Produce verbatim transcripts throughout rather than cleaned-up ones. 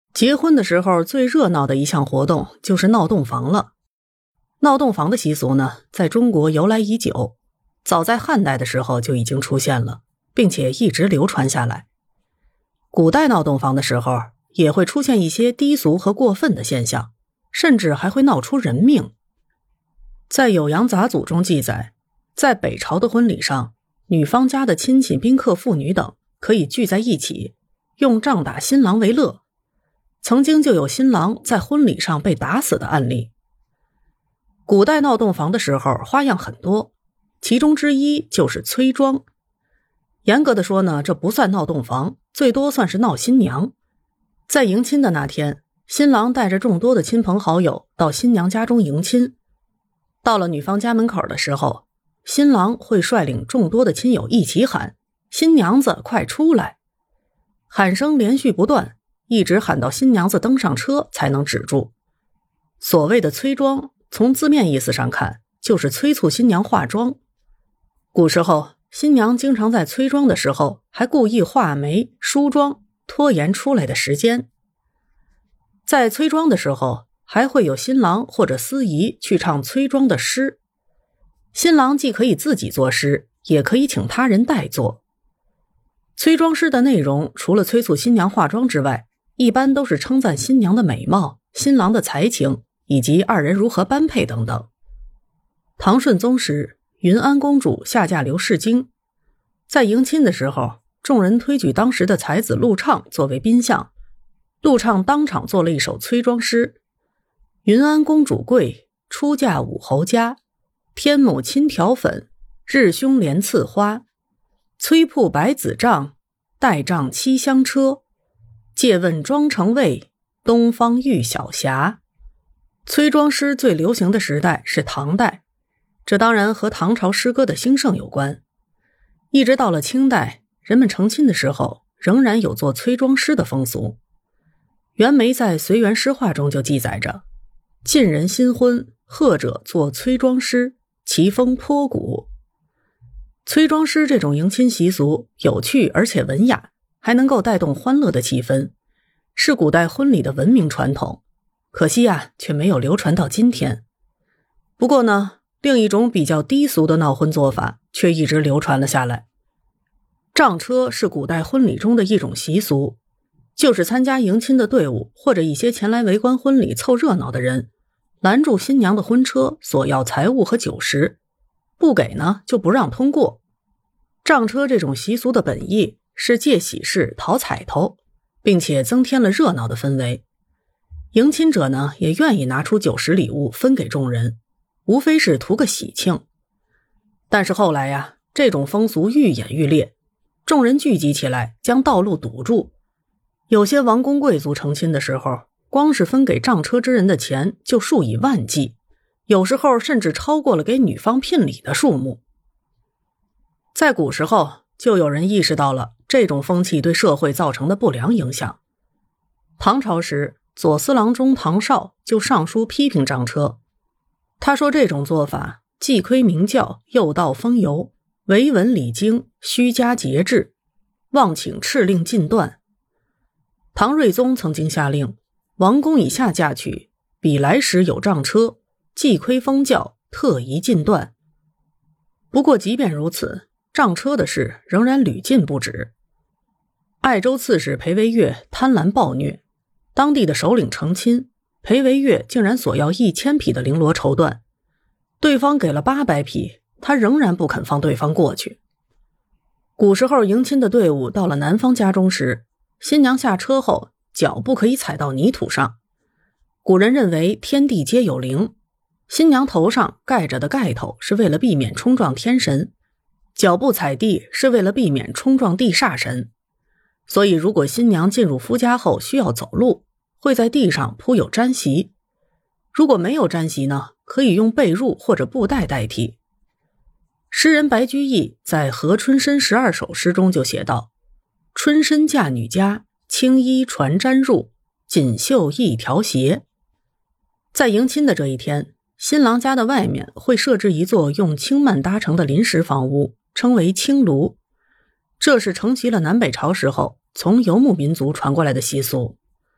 结婚的时候最热闹的一项活动就是闹洞房了。闹洞房的习俗呢，在中国由来已久，早在汉代的时候就已经出现了，并且一直流传下来。古代闹洞房的时候，也会出现一些低俗和过分的现象，甚至还会闹出人命。在《酉阳杂俎》中记载，在北朝的婚礼上，女方家的亲戚、宾客、妇女等可以聚在一起，用杖打新郎为乐。曾经就有新郎在婚礼上被打死的案例。古代闹洞房的时候花样很多，其中之一就是催妆。严格的说呢，这不算闹洞房，最多算是闹新娘。在迎亲的那天，新郎带着众多的亲朋好友到新娘家中迎亲。到了女方家门口的时候，新郎会率领众多的亲友一起喊：新娘子快出来！喊声连续不断，一直喊到新娘子登上车才能止住。所谓的催妆，从字面意思上看，就是催促新娘化妆。古时候，新娘经常在催妆的时候还故意画眉、梳妆，拖延出来的时间。在催妆的时候，还会有新郎或者司仪去唱催妆的诗。新郎既可以自己作诗，也可以请他人代作。催妆诗的内容除了催促新娘化妆之外，一般都是称赞新娘的美貌、新郎的才情，以及二人如何般配等等。唐顺宗时，云安公主下嫁刘世京，在迎亲的时候，众人推举当时的才子陆畅作为宾相，陆畅当场做了一首催妆诗：云安公主贵，出嫁武侯家，天母亲条粉，日凶连刺花，催铺百子帐，待帐七香车，借问妆成尉，东方玉小霞。催妆诗最流行的时代是唐代，这当然和唐朝诗歌的兴盛有关。一直到了清代，人们成亲的时候仍然有做催妆诗的风俗。袁枚在《随园诗话》中就记载着：晋人新婚，贺者作催妆诗，其风颇古。催妆诗这种迎亲习俗有趣而且文雅，还能够带动欢乐的气氛，是古代婚礼的文明传统。可惜啊，却没有流传到今天。不过呢，另一种比较低俗的闹婚做法却一直流传了下来。杖车是古代婚礼中的一种习俗，就是参加迎亲的队伍或者一些前来围观婚礼凑热闹的人，拦住新娘的婚车，索要财物和酒食，不给呢就不让通过。杖车这种习俗的本意是借喜事讨彩头，并且增添了热闹的氛围。迎亲者呢，也愿意拿出酒食礼物分给众人，无非是图个喜庆。但是后来呀，这种风俗愈演愈烈，众人聚集起来，将道路堵住。有些王公贵族成亲的时候，光是分给杖车之人的钱就数以万计，有时候甚至超过了给女方聘礼的数目。在古时候，就有人意识到了这种风气对社会造成的不良影响。唐朝时，左司郎中唐绍就上书批评杖车。他说这种做法既亏名教，又蹈风游，违文礼经，虚加节制，望请敕令禁断。唐睿宗曾经下令，王公以下嫁娶，彼来时有杖车，既亏封教，特宜禁断。不过即便如此，杖车的事仍然屡禁不止。爱州刺史裴惟越贪婪暴虐，当地的首领成亲，裴惟越竟然索要一千匹的绫罗绸缎，对方给了八百匹，他仍然不肯放对方过去。古时候迎亲的队伍到了男方家中时，新娘下车后脚不可以踩到泥土上。古人认为天地皆有灵，新娘头上盖着的盖头是为了避免冲撞天神，脚不踩地是为了避免冲撞地煞神。所以如果新娘进入夫家后需要走路，会在地上铺有毡席。如果没有毡席呢，可以用被褥或者布袋代替。诗人白居易在《和春申十二首》诗中就写道：春申嫁女家，青衣传毡入，锦绣一条鞋。在迎亲的这一天，新郎家的外面会设置一座用青幔搭成的临时房屋，称为青庐。这是承袭了南北朝时候从游牧民族传过来的习俗。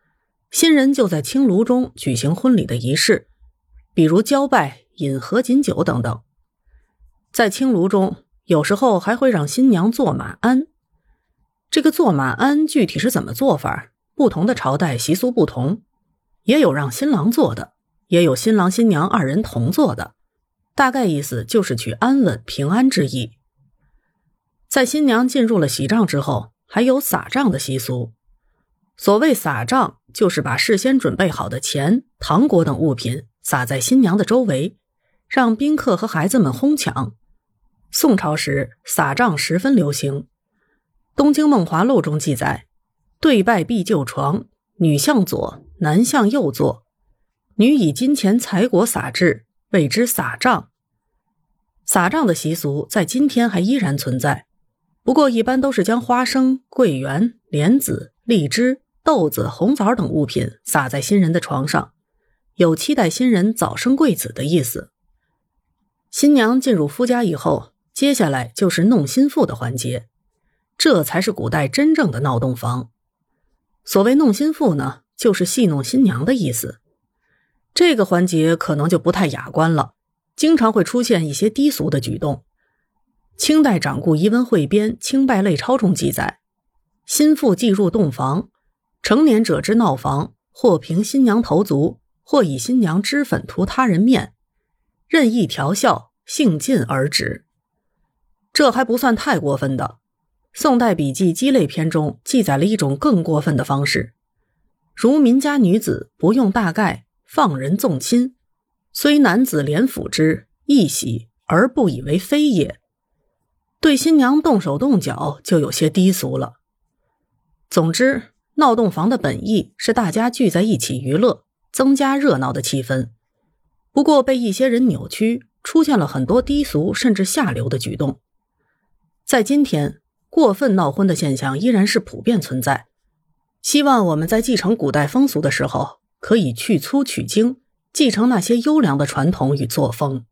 新人就在青炉中举行婚礼的仪式，比如交拜、饮合卺酒等等。在青炉中，有时候还会让新娘做马鞍。这个做马鞍具体是怎么做法，不同的朝代习俗不同，也有让新郎做的，也有新郎新娘二人同做的，大概意思就是取安稳平安之意。在新娘进入了喜帐之后，还有撒帐的习俗。所谓撒帐，就是把事先准备好的钱、糖果等物品撒在新娘的周围，让宾客和孩子们哄抢。宋朝时，撒帐十分流行。东京梦华录中记载，对拜必就床，女向左，男向右坐，女以金钱财果撒至，谓之撒帐。撒帐的习俗在今天还依然存在，不过一般都是将花生、桂圆、莲子、荔枝、豆子、红枣等物品撒在新人的床上，有期待新人早生贵子的意思。新娘进入夫家以后，接下来就是弄新妇的环节，这才是古代真正的闹洞房。所谓弄新妇呢，就是戏弄新娘的意思。这个环节可能就不太雅观了，经常会出现一些低俗的举动。清代掌故遗文汇编《清拜类钞》中记载，新妇既入洞房，成年者之闹房，或凭新娘头足，或以新娘脂粉涂他人面，任意调笑，兴尽而止。这还不算太过分的，宋代笔记《鸡类篇》中记载了一种更过分的方式，如民家女子不用大盖，放人纵亲，虽男子连抚之，亦喜，而不以为非也。对新娘动手动脚就有些低俗了。总之，闹洞房的本意是大家聚在一起娱乐，增加热闹的气氛。不过被一些人扭曲，出现了很多低俗甚至下流的举动。在今天，过分闹婚的现象依然是普遍存在。希望我们在继承古代风俗的时候，可以去粗取精，继承那些优良的传统与作风。